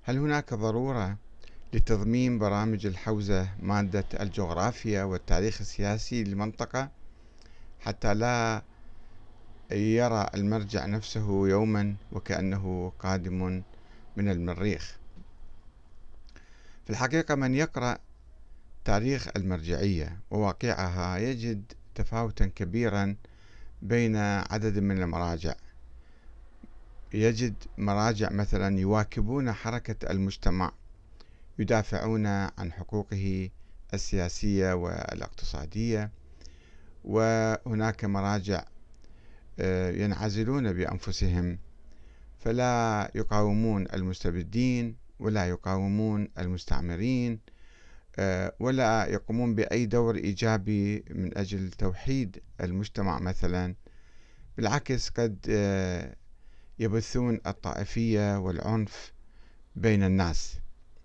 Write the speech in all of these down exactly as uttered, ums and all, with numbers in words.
هل هناك ضرورة لتضمين برامج الحوزة مادة الجغرافيا والتاريخ السياسي للمنطقة حتى لا يرى المرجع نفسه يوما وكأنه قادم من المريخ؟ في الحقيقة من يقرأ تاريخ المرجعية وواقعها يجد تفاوتا كبيرا بين عدد من المراجع. يجد مراجع مثلا يواكبون حركة المجتمع، يدافعون عن حقوقه السياسية والاقتصادية، وهناك مراجع ينعزلون بأنفسهم فلا يقاومون المستبدين ولا يقاومون المستعمرين ولا يقومون بأي دور إيجابي من أجل توحيد المجتمع مثلا. بالعكس قد يبثون الطائفية والعنف بين الناس،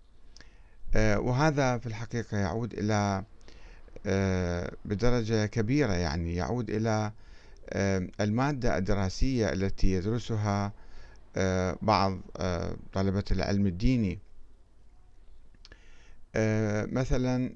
وهذا في الحقيقة يعود إلى بدرجة كبيرة يعني يعود إلى المادة الدراسية التي يدرسها بعض طلبة العلم الديني. مثلا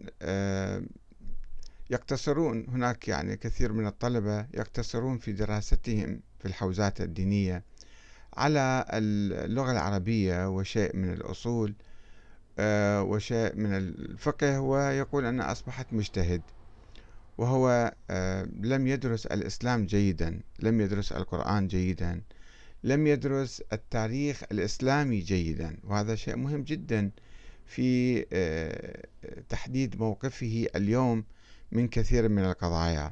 يقتصرون هناك يعني كثير من الطلبة يقتصرون في دراستهم في الحوزات الدينية على اللغة العربية وشيء من الأصول وشيء من الفقه، ويقول أنا أصبحت مجتهد، وهو لم يدرس الإسلام جيدا، لم يدرس القرآن جيدا، لم يدرس التاريخ الإسلامي جيدا. وهذا شيء مهم جدا في تحديد موقفه اليوم من كثير من القضايا.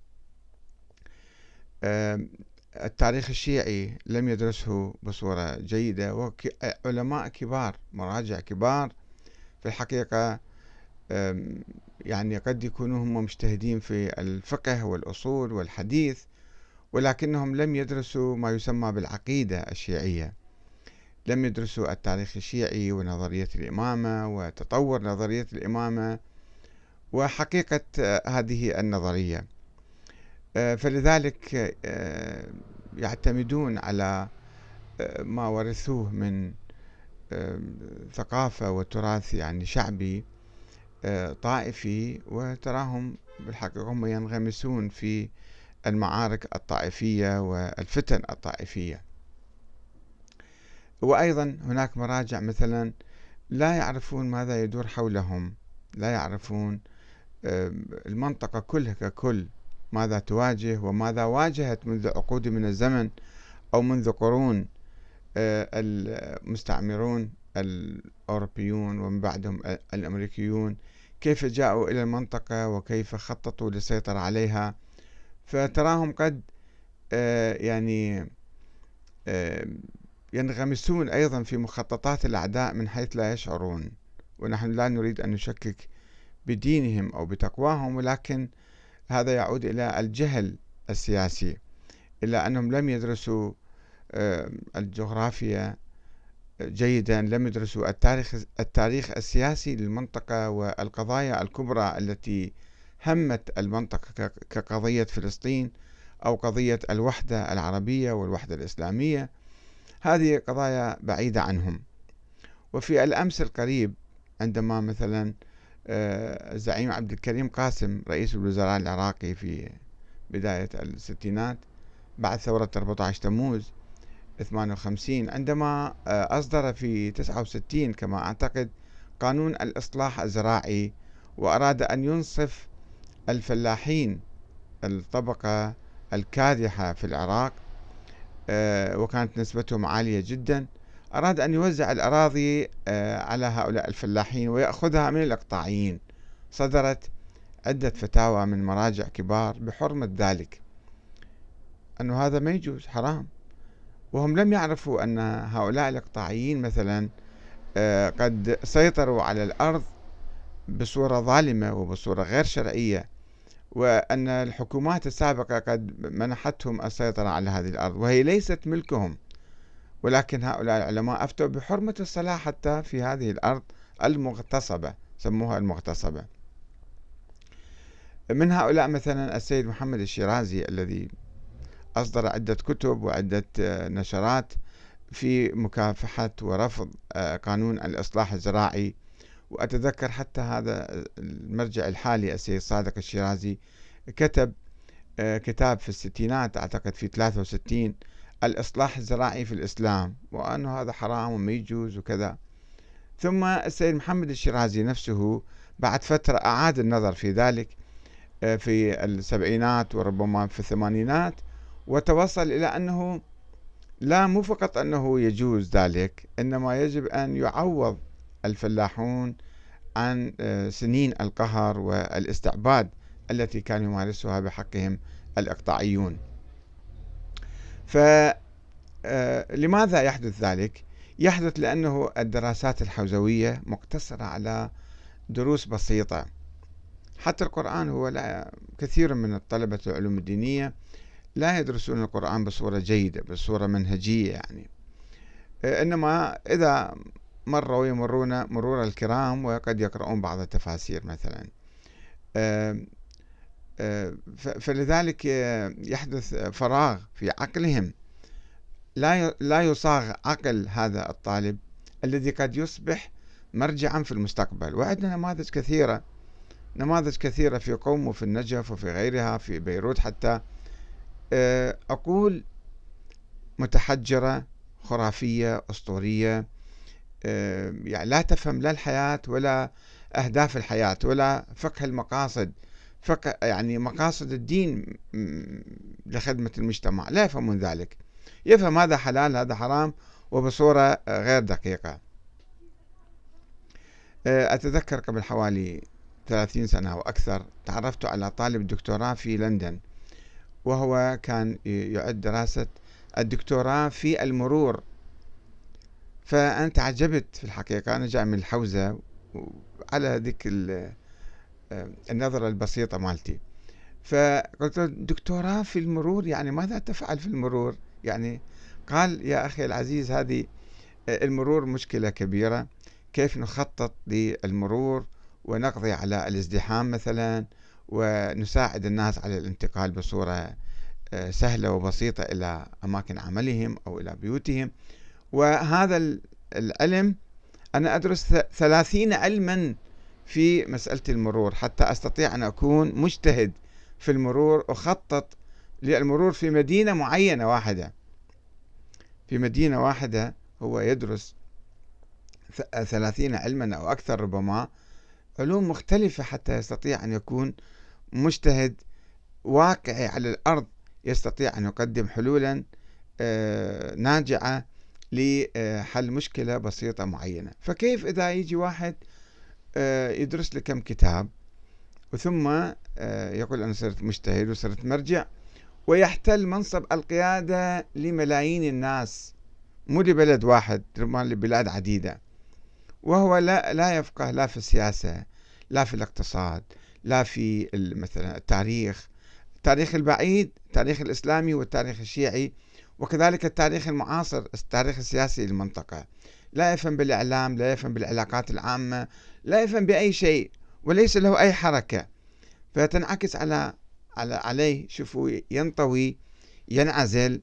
التاريخ الشيعي لم يدرسه بصورة جيدة، وعلماء كبار مراجع كبار في الحقيقة يعني قد يكونوا هم مجتهدين في الفقه والأصول والحديث، ولكنهم لم يدرسوا ما يسمى بالعقيدة الشيعية، لم يدرسوا التاريخ الشيعي ونظرية الإمامة وتطور نظرية الإمامة وحقيقة هذه النظرية. فلذلك يعتمدون على ما ورثوه من ثقافة وتراث يعني شعبي طائفي، وتراهم بالحقيقة هم ينغمسون في المعارك الطائفية والفتن الطائفية. وأيضا هناك مراجع مثلا لا يعرفون ماذا يدور حولهم، لا يعرفون المنطقة كلها ككل ماذا تواجه وماذا واجهت منذ عقود من الزمن أو منذ قرون المستعمرون الأوروبيون ومن بعدهم الأمريكيون، كيف جاءوا إلى المنطقة وكيف خططوا للسيطرة عليها. فتراهم قد يعني ينغمسون أيضا في مخططات الأعداء من حيث لا يشعرون. ونحن لا نريد أن نشكك بدينهم أو بتقواهم، ولكن هذا يعود إلى الجهل السياسي، إلى أنهم لم يدرسوا الجغرافيا جيدا، لم يدرسوا التاريخ التاريخ السياسي للمنطقة والقضايا الكبرى التي همت المنطقة كقضية فلسطين أو قضية الوحدة العربية والوحدة الإسلامية. هذه قضايا بعيدة عنهم. وفي الأمس القريب عندما مثلا الزعيم عبد الكريم قاسم رئيس الوزراء العراقي في بداية الستينات بعد ثورة أربعة عشر تموز ثمانية وخمسين، عندما أصدر في تسعة وستين كما أعتقد قانون الإصلاح الزراعي، وأراد أن ينصف الفلاحين الطبقة الكادحة في العراق وكانت نسبتهم عالية جدا، أراد أن يوزع الأراضي على هؤلاء الفلاحين ويأخذها من الإقطاعيين. صدرت عدة فتاوى من مراجع كبار بحرمة ذلك، أن هذا ما يجوز، حرام. وهم لم يعرفوا أن هؤلاء الإقطاعيين مثلا قد سيطروا على الأرض بصورة ظالمة وبصورة غير شرعية، وأن الحكومات السابقة قد منحتهم السيطرة على هذه الأرض وهي ليست ملكهم، ولكن هؤلاء العلماء أفتوا بحرمة الصلاة حتى في هذه الأرض المغتصبة، سموها المغتصبة. من هؤلاء مثلا السيد محمد الشيرازي الذي أصدر عدة كتب وعدة نشرات في مكافحة ورفض قانون الإصلاح الزراعي. وأتذكر حتى هذا المرجع الحالي السيد صادق الشيرازي كتب كتاب في الستينات، أعتقد في ثلاثة وستين، الإصلاح الزراعي في الإسلام، وأنه هذا حرام وما يجوز وكذا. ثم السيد محمد الشيرازي نفسه بعد فترة أعاد النظر في ذلك في السبعينات وربما في الثمانينات، وتوصل إلى أنه لا، مو فقط أنه يجوز ذلك، إنما يجب أن يعوض الفلاحون عن سنين القهر والاستعباد التي كانوا يمارسها بحقهم الإقطاعيون. فلماذا يحدث ذلك؟ يحدث لأنه الدراسات الحوزوية مقتصرة على دروس بسيطة. حتى القرآن هو لا كثير من الطلبة العلوم الدينية لا يدرسون القرآن بصورة جيدة، بصورة منهجية يعني، إنما إذا مروا يمرون مرور الكرام وقد يقرؤون بعض التفاسير مثلا. فلذلك يحدث فراغ في عقلهم، لا لا يصاغ عقل هذا الطالب الذي قد يصبح مرجعا في المستقبل. وعندنا نماذج كثيرة، نماذج كثيرة في قم وفي النجف وفي غيرها، في بيروت حتى، أقول متحجرة، خرافية، أسطورية، يعني لا تفهم لا الحياة ولا أهداف الحياة ولا فقه المقاصد، فقه يعني مقاصد الدين لخدمة المجتمع، لا يفهمون ذلك. يفهم هذا حلال هذا حرام وبصورة غير دقيقة. أتذكر قبل حوالي ثلاثين سنة أو أكثر تعرفت على طالب دكتوراه في لندن، وهو كان يعد دراسة الدكتوراه في المرور. فأنا تعجبت في الحقيقة، أنا جاي من الحوزة على ذيك النظرة البسيطة مالتي، فقلت له دكتوراه في المرور، يعني ماذا تفعل في المرور؟ يعني قال يا أخي العزيز، هذه المرور مشكلة كبيرة، كيف نخطط للمرور ونقضي على الازدحام مثلا، ونساعد الناس على الانتقال بصورة سهلة وبسيطة إلى أماكن عملهم أو إلى بيوتهم. وهذا العلم أنا أدرس ثلاثين علما في مسألة المرور حتى أستطيع أن أكون مجتهد في المرور، أخطط للمرور في مدينة معينة واحدة. في مدينة واحدة هو يدرس ثلاثين علما أو أكثر، ربما علوم مختلفة، حتى يستطيع أن يكون مجتهد واقعي على الأرض، يستطيع أن يقدم حلولا ناجعة لحل مشكلة بسيطة معينة. فكيف إذا يجي واحد يدرس لي كم كتاب وثم يقول أنا صرت مجتهد وصرت مرجع، ويحتل منصب القيادة لملايين الناس، مو لبلد واحد، ربما لبلاد عديدة، وهو لا لا يفقه لا في السياسة، لا في الاقتصاد، لا في مثلا التاريخ، التاريخ البعيد، التاريخ الإسلامي والتاريخ الشيعي، وكذلك التاريخ المعاصر، التاريخ السياسي للمنطقة. لا يفهم بالإعلام، لا يفهم بالعلاقات العامة، لا يفهم بأي شيء، وليس له أي حركة. فتنعكس على على عليه، شوفوا، ينطوي، ينعزل،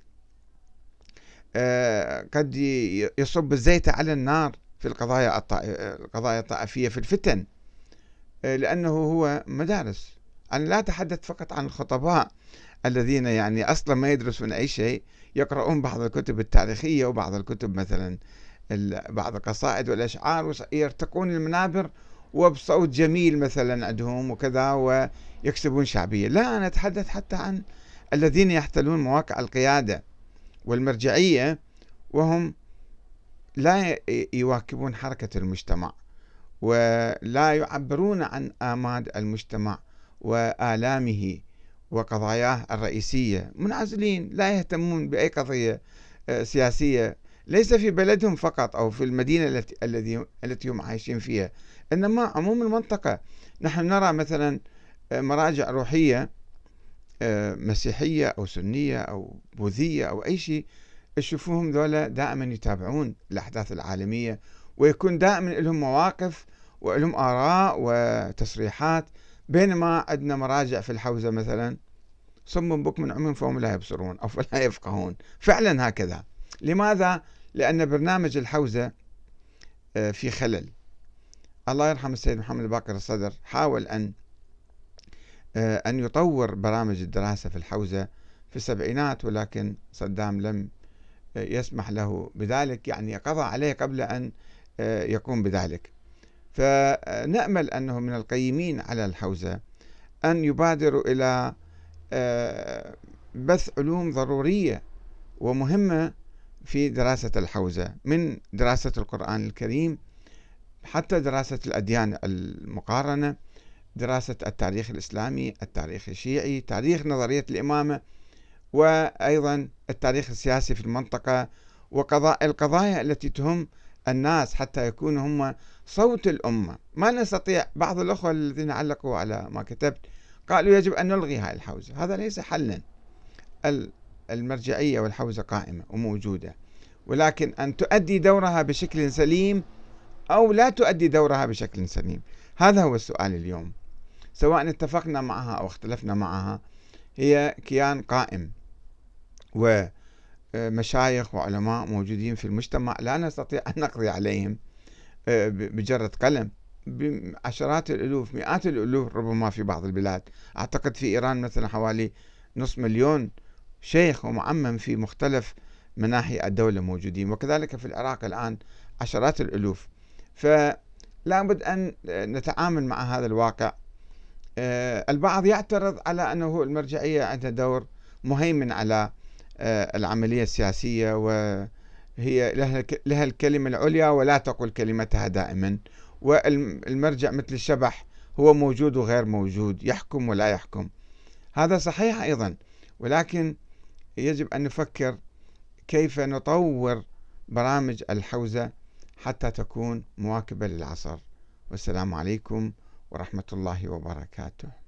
آه قد يصب الزيت على النار في القضايا القضايا الطائفية، في الفتن، آه لأنه هو مدارس. أنا لا أتحدث فقط عن الخطباء الذين يعني أصلا ما يدرسون أي شيء، يقرؤون بعض الكتب التاريخية وبعض الكتب مثلا بعض القصائد والأشعار، ويرتقون المنابر وبصوت جميل مثلا عندهم وكذا، ويكسبون شعبية. لا، أنا أتحدث حتى عن الذين يحتلون مواقع القيادة والمرجعية، وهم لا يواكبون حركة المجتمع، ولا يعبرون عن آمال المجتمع وآلامه وقضاياه الرئيسية، منعزلين، لا يهتمون بأي قضية سياسية، ليس في بلدهم فقط أو في المدينة التي التي التي هم عايشين فيها، إنما عموم المنطقة. نحن نرى مثلا مراجع روحية مسيحية أو سنية أو بوذية أو أي شيء، تشوفوهم ذولا دائما يتابعون الأحداث العالمية، ويكون دائما لهم مواقف ولهم آراء وتصريحات، بينما عندنا مراجع في الحوزة مثلا صم بكم عمي فهم لا يبصرون أو فلا يفقهون. فعلا هكذا. لماذا؟ لأن برنامج الحوزة في خلل. الله يرحم السيد محمد باقر الصدر حاول أن أن يطور برامج الدراسة في الحوزة في السبعينات، ولكن صدام لم يسمح له بذلك، يعني قضى عليه قبل أن يقوم بذلك. فنأمل أنه من القيمين على الحوزة أن يبادروا إلى بث علوم ضرورية ومهمة في دراسة الحوزة، من دراسة القرآن الكريم حتى دراسة الأديان المقارنة، دراسة التاريخ الإسلامي، التاريخ الشيعي، تاريخ نظرية الإمامة، وأيضا التاريخ السياسي في المنطقة، وقضاء القضايا التي تهم الناس حتى يكونوا هم صوت الأمة. ما نستطيع، بعض الأخوة الذين علقوا على ما كتبت قالوا يجب أن نلغي هذه الحوزة، هذا ليس حلا. المرجعية والحوزة قائمة وموجودة، ولكن أن تؤدي دورها بشكل سليم أو لا تؤدي دورها بشكل سليم، هذا هو السؤال اليوم. سواء اتفقنا معها أو اختلفنا معها، هي كيان قائم ومشايخ وعلماء موجودين في المجتمع، لا نستطيع أن نقضي عليهم بجرة قلم. بعشرات الألوف، مئات الألوف ربما في بعض البلاد. أعتقد في إيران مثلا حوالي نصف مليون شيخ ومعمم في مختلف مناحي الدولة موجودين، وكذلك في العراق الآن عشرات الألوف. فلا بد أن نتعامل مع هذا الواقع. البعض يعترض على أنه المرجعية عندها دور مهيمن على العملية السياسية، وهي لها الكلمة العليا ولا تقول كلمتها دائما، والمرجع مثل الشبح، هو موجود وغير موجود، يحكم ولا يحكم. هذا صحيح أيضا، ولكن يجب أن نفكر كيف نطور برامج الحوزة حتى تكون مواكبة للعصر. والسلام عليكم ورحمة الله وبركاته.